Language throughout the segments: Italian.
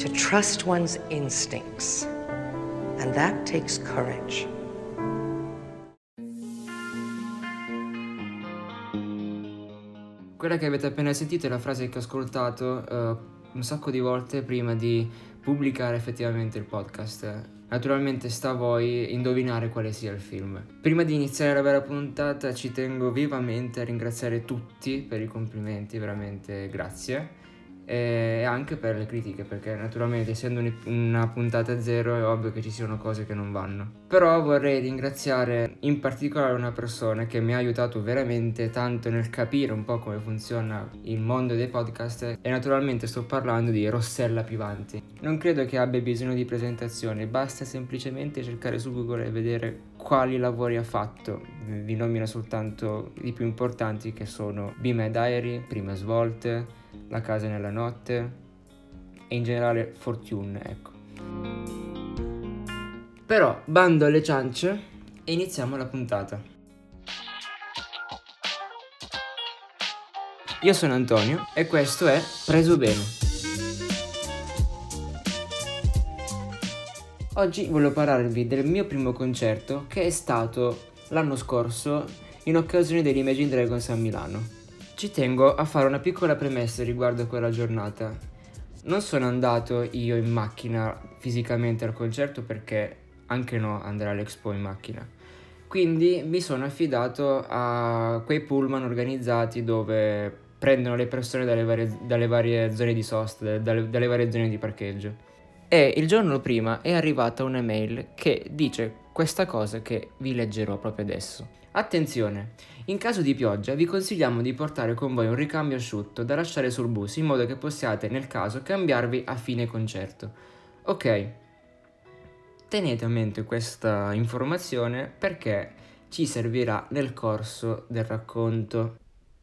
to trust one's instincts, and that takes courage. Quella che avete appena sentito è la frase che ho ascoltato un sacco di volte prima di pubblicare effettivamente il podcast. Naturalmente sta a voi indovinare quale sia il film. Prima di iniziare la vera puntata ci tengo vivamente a ringraziare tutti per i complimenti, veramente grazie. E anche per le critiche, perché naturalmente essendo una puntata zero è ovvio che ci siano cose che non vanno. Però vorrei ringraziare in particolare una persona che mi ha aiutato veramente tanto nel capire un po' come funziona il mondo dei podcast, e naturalmente sto parlando di Rossella Pivanti. Non credo che abbia bisogno di presentazione, basta semplicemente cercare su Google e vedere quali lavori ha fatto. Vi nomino soltanto i più importanti, che sono Be My Diary, Prime Svolte, La casa nella notte e in generale Fortune, ecco. Però bando alle ciance e iniziamo la puntata. Io sono Antonio e questo è Preso Bene. Oggi voglio parlarvi del mio primo concerto, che è stato l'anno scorso in occasione degli Imagine Dragons a Milano. Ci tengo a fare una piccola premessa riguardo a quella giornata. Non sono andato io in macchina fisicamente al concerto, perché anche no andare all'Expo in macchina. Quindi mi sono affidato a quei pullman organizzati dove prendono le persone dalle varie zone di sosta, dalle varie zone di parcheggio. E il giorno prima è arrivata una mail che dice questa cosa che vi leggerò proprio adesso. Attenzione! In caso di pioggia vi consigliamo di portare con voi un ricambio asciutto da lasciare sul bus, in modo che possiate nel caso cambiarvi a fine concerto. Ok, tenete a mente questa informazione perché ci servirà nel corso del racconto.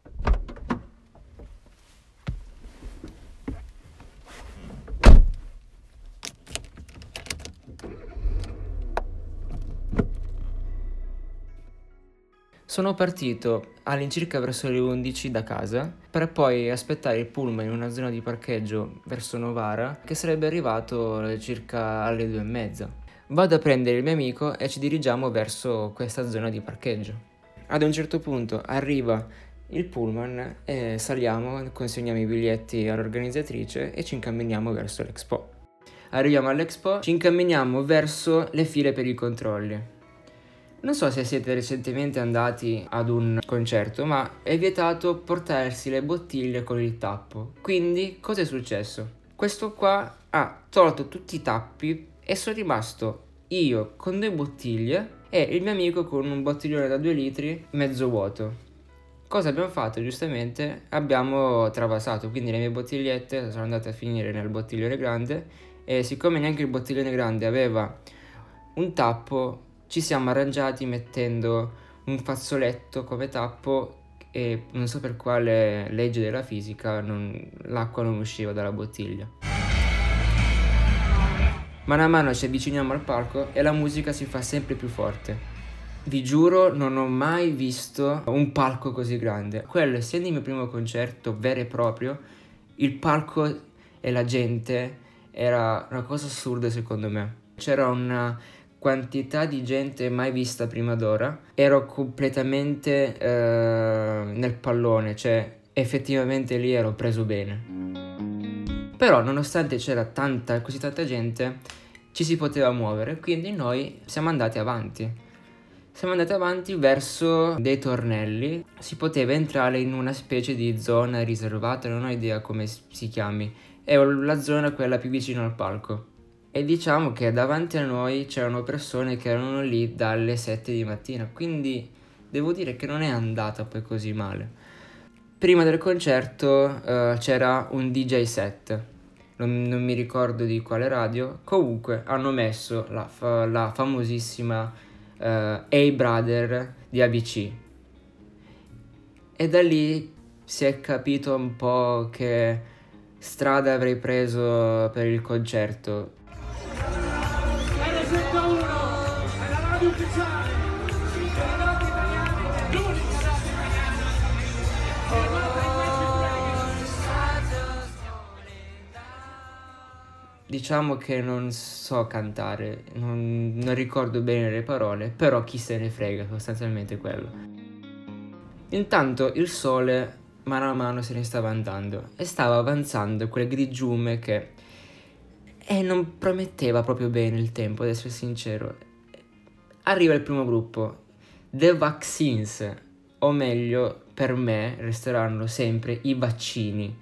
Sono partito all'incirca verso le 11 da casa, per poi aspettare il pullman in una zona di parcheggio verso Novara, che sarebbe arrivato circa alle 2:30. Vado a prendere il mio amico e ci dirigiamo verso questa zona di parcheggio. Ad un certo punto arriva il pullman e saliamo, consegniamo i biglietti all'organizzatrice e ci incamminiamo verso l'Expo. Arriviamo all'Expo, ci incamminiamo verso le file per i controlli. Non so se siete recentemente andati ad un concerto, ma è vietato portarsi le bottiglie con il tappo. Quindi, cosa è successo? Questo qua ha tolto tutti i tappi e sono rimasto io con 2 bottiglie e il mio amico con un bottiglione da 2 litri mezzo vuoto. Cosa abbiamo fatto? Giustamente abbiamo travasato, quindi le mie bottigliette sono andate a finire nel bottiglione grande, e siccome neanche il bottiglione grande aveva un tappo, ci siamo arrangiati mettendo un fazzoletto come tappo, e non so per quale legge della fisica l'acqua non usciva dalla bottiglia. Mano a mano ci avviciniamo al palco e la musica si fa sempre più forte. Vi giuro, non ho mai visto un palco così grande. Quello, essendo il mio primo concerto vero e proprio, il palco e la gente era una cosa assurda secondo me. C'era una quantità di gente mai vista prima d'ora. Ero completamente nel pallone, cioè effettivamente lì ero preso bene. Però nonostante c'era così tanta gente, ci si poteva muovere, quindi noi siamo andati avanti. Siamo andati avanti verso dei tornelli, si poteva entrare in una specie di zona riservata, non ho idea come si chiami, è la zona quella più vicina al palco. E diciamo che davanti a noi c'erano persone che erano lì dalle 7 di mattina, quindi devo dire che non è andata poi così male. Prima del concerto c'era un DJ set, non mi ricordo di quale radio, comunque hanno messo la famosissima Hey Brother di ABC. E da lì si è capito un po' che strada avrei preso per il concerto. È la radio ufficiale delle notti italiane, l'unica radio italiana. diciamo che non so cantare, non ricordo bene le parole, però chi se ne frega, sostanzialmente quello. Intanto il sole mano a mano se ne stava andando e stava avanzando quel grigiume che non prometteva proprio bene il tempo, ad essere sincero. Arriva il primo gruppo, The Vaccines, o meglio, per me resteranno sempre i vaccini.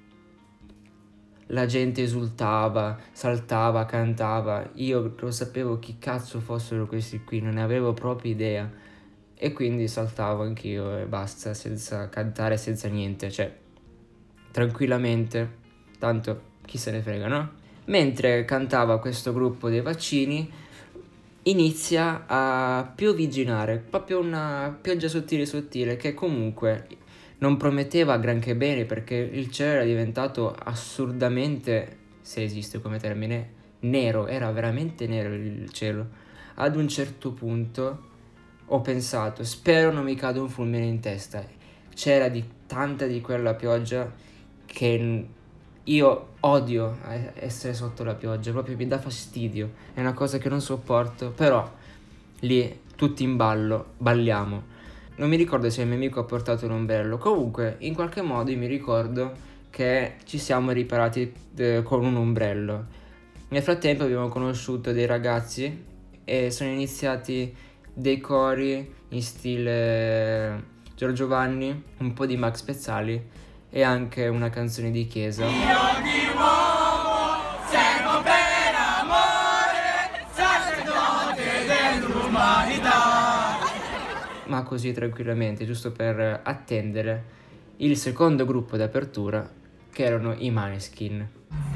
La gente esultava, saltava, cantava, io lo sapevo chi cazzo fossero questi qui, non ne avevo proprio idea, e quindi saltavo anch'io e basta, senza cantare, senza niente, cioè tranquillamente, tanto chi se ne frega, no? Mentre cantava questo gruppo dei vaccini, inizia a piovigginare, proprio una pioggia sottile che comunque non prometteva granché bene, perché il cielo era diventato assurdamente, se esiste come termine, nero, era veramente nero il cielo. Ad un certo punto ho pensato, spero non mi cade un fulmine in testa. C'era tanta di quella pioggia che io odio essere sotto la pioggia, proprio mi dà fastidio, è una cosa che non sopporto, però lì tutti in ballo, balliamo. Non mi ricordo se il mio amico ha portato un ombrello, comunque in qualche modo io mi ricordo che ci siamo riparati con un ombrello. Nel frattempo abbiamo conosciuto dei ragazzi e sono iniziati dei cori in stile Giorgio Vanni, un po' di Max Pezzali e anche una canzone di Chiesa. Io di uomo servo per amore, sacerdote dell'umanità. Ma così tranquillamente, giusto per attendere il secondo gruppo d'apertura, che erano i Maneskin.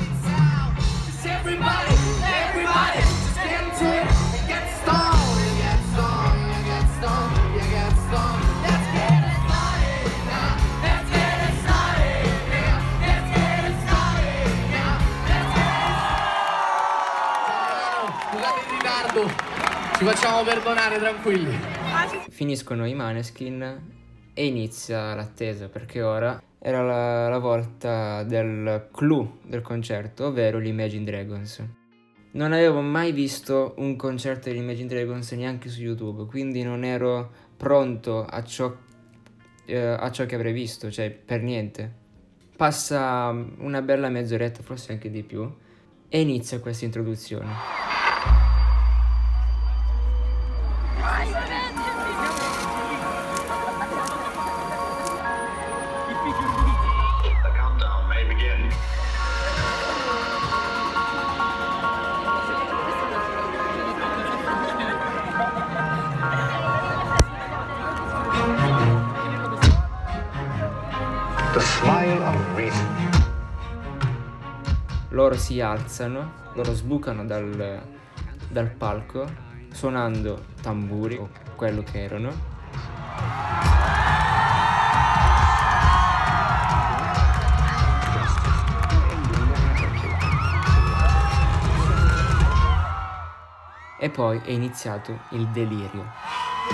Scusate il ritardo, ci facciamo perdonare, tranquilli. Finiscono i Maneskin e inizia l'attesa, perché ora era la volta del clou del concerto, ovvero gli Imagine Dragons. Non avevo mai visto un concerto degli Imagine Dragons neanche su YouTube, quindi non ero pronto a ciò che avrei visto, cioè per niente. Passa una bella mezz'oretta, forse anche di più, e inizia questa introduzione. The smile of reason. Loro si alzano, loro sbucano dal palco suonando tamburi o quello che erano. E poi è iniziato il delirio.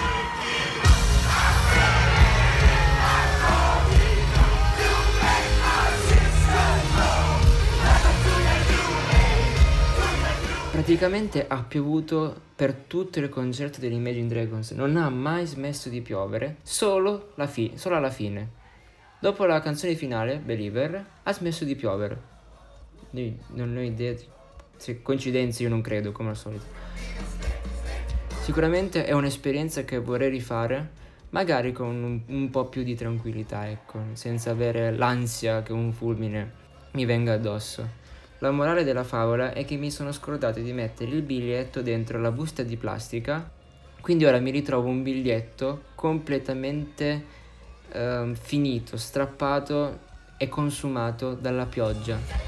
Praticamente ha piovuto per tutto il concerto degli Imagine Dragons, non ha mai smesso di piovere, solo alla fine. Dopo la canzone finale, Believer, ha smesso di piovere. Non ho idea, se coincidenze io non credo, come al solito. Sicuramente è un'esperienza che vorrei rifare, magari con un po' più di tranquillità, ecco, senza avere l'ansia che un fulmine mi venga addosso. La morale della favola è che mi sono scordato di mettere il biglietto dentro la busta di plastica, quindi ora mi ritrovo un biglietto completamente finito, strappato e consumato dalla pioggia.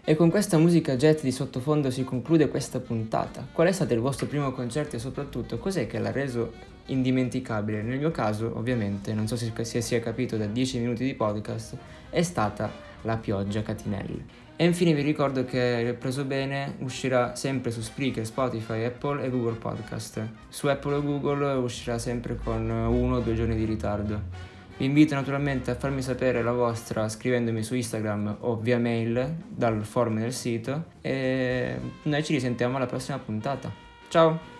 E con questa musica jet di sottofondo si conclude questa puntata. Qual è stato il vostro primo concerto e soprattutto cos'è che l'ha reso indimenticabile? Nel mio caso, ovviamente, non so se si è capito da 10 minuti di podcast, è stata la pioggia catinelle. E infine vi ricordo che Preso Bene uscirà sempre su Spreaker, Spotify, Apple e Google Podcast. Su Apple e Google uscirà sempre con 1 o 2 giorni di ritardo. Vi invito naturalmente a farmi sapere la vostra scrivendomi su Instagram o via mail dal forum del sito e noi ci risentiamo alla prossima puntata. Ciao!